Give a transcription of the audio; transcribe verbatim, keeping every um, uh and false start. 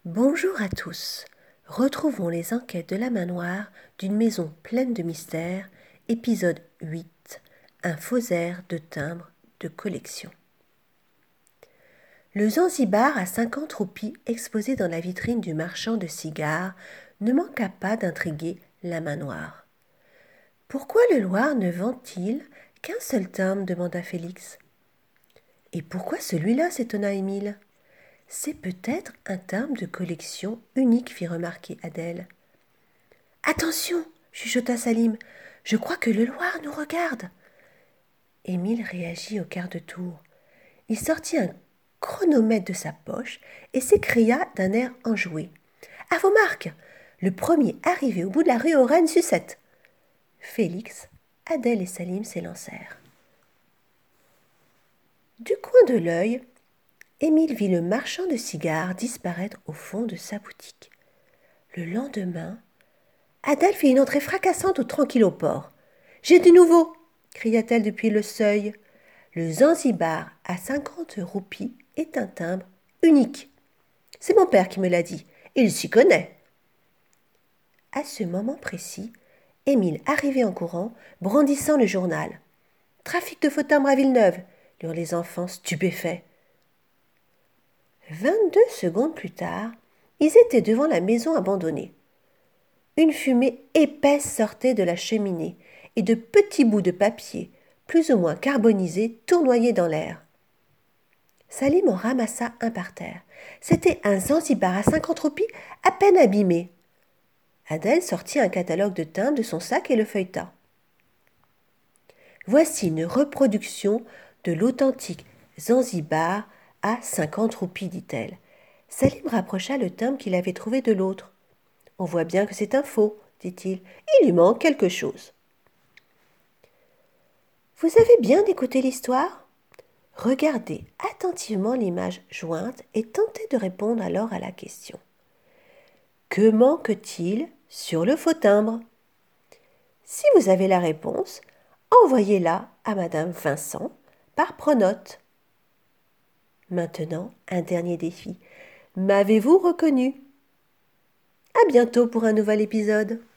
Bonjour à tous. Retrouvons les enquêtes de la main noire d'une maison pleine de mystères, épisode huit, un faussaire de timbres de collection. Le Zanzibar à cinquante roupies exposé dans la vitrine du marchand de cigares ne manqua pas d'intriguer la main noire. Pourquoi le Loir ne vend-il qu'un seul timbre demanda Félix. Et pourquoi celui-là s'étonna Émile. C'est peut-être un timbre de collection unique, fit remarquer Adèle. Attention, chuchota Salim, je crois que le Loir nous regarde. Émile réagit au quart de tour. Il sortit un chronomètre de sa poche et s'écria d'un air enjoué. À vos marques. Le premier arrivé au bout de la rue aux reines sucettes. Félix, Adèle et Salim s'élancèrent. Du coin de l'œil, Émile vit le marchand de cigares disparaître au fond de sa boutique. Le lendemain, Adèle fit une entrée fracassante au Tranquilloport. « J'ai du nouveau !» cria-t-elle depuis le seuil. Le Zanzibar à cinquante roupies est un timbre unique. C'est mon père qui me l'a dit. Il s'y connaît. À ce moment précis, Émile arrivait en courant, brandissant le journal. « Trafic de faux timbres à Villeneuve !» hurlent les enfants stupéfaits. Vingt-deux secondes plus tard, ils étaient devant la maison abandonnée. Une fumée épaisse sortait de la cheminée et de petits bouts de papier, plus ou moins carbonisés, tournoyaient dans l'air. Salim en ramassa un par terre. C'était un Zanzibar à cinquante roupies à peine abîmé. Adèle sortit un catalogue de timbres de son sac et le feuilleta. Voici une reproduction de l'authentique Zanzibar à cinquante roupies, dit-elle. Salim rapprocha le timbre qu'il avait trouvé de l'autre. On voit bien que c'est un faux, dit-il. Il lui manque quelque chose. Vous avez bien écouté l'histoire ? Regardez attentivement l'image jointe et tentez de répondre alors à la question. Que manque-t-il sur le faux timbre ? Si vous avez la réponse, envoyez-la à Madame Vincent par pronote. Maintenant, un dernier défi. M'avez-vous reconnu ? À bientôt pour un nouvel épisode.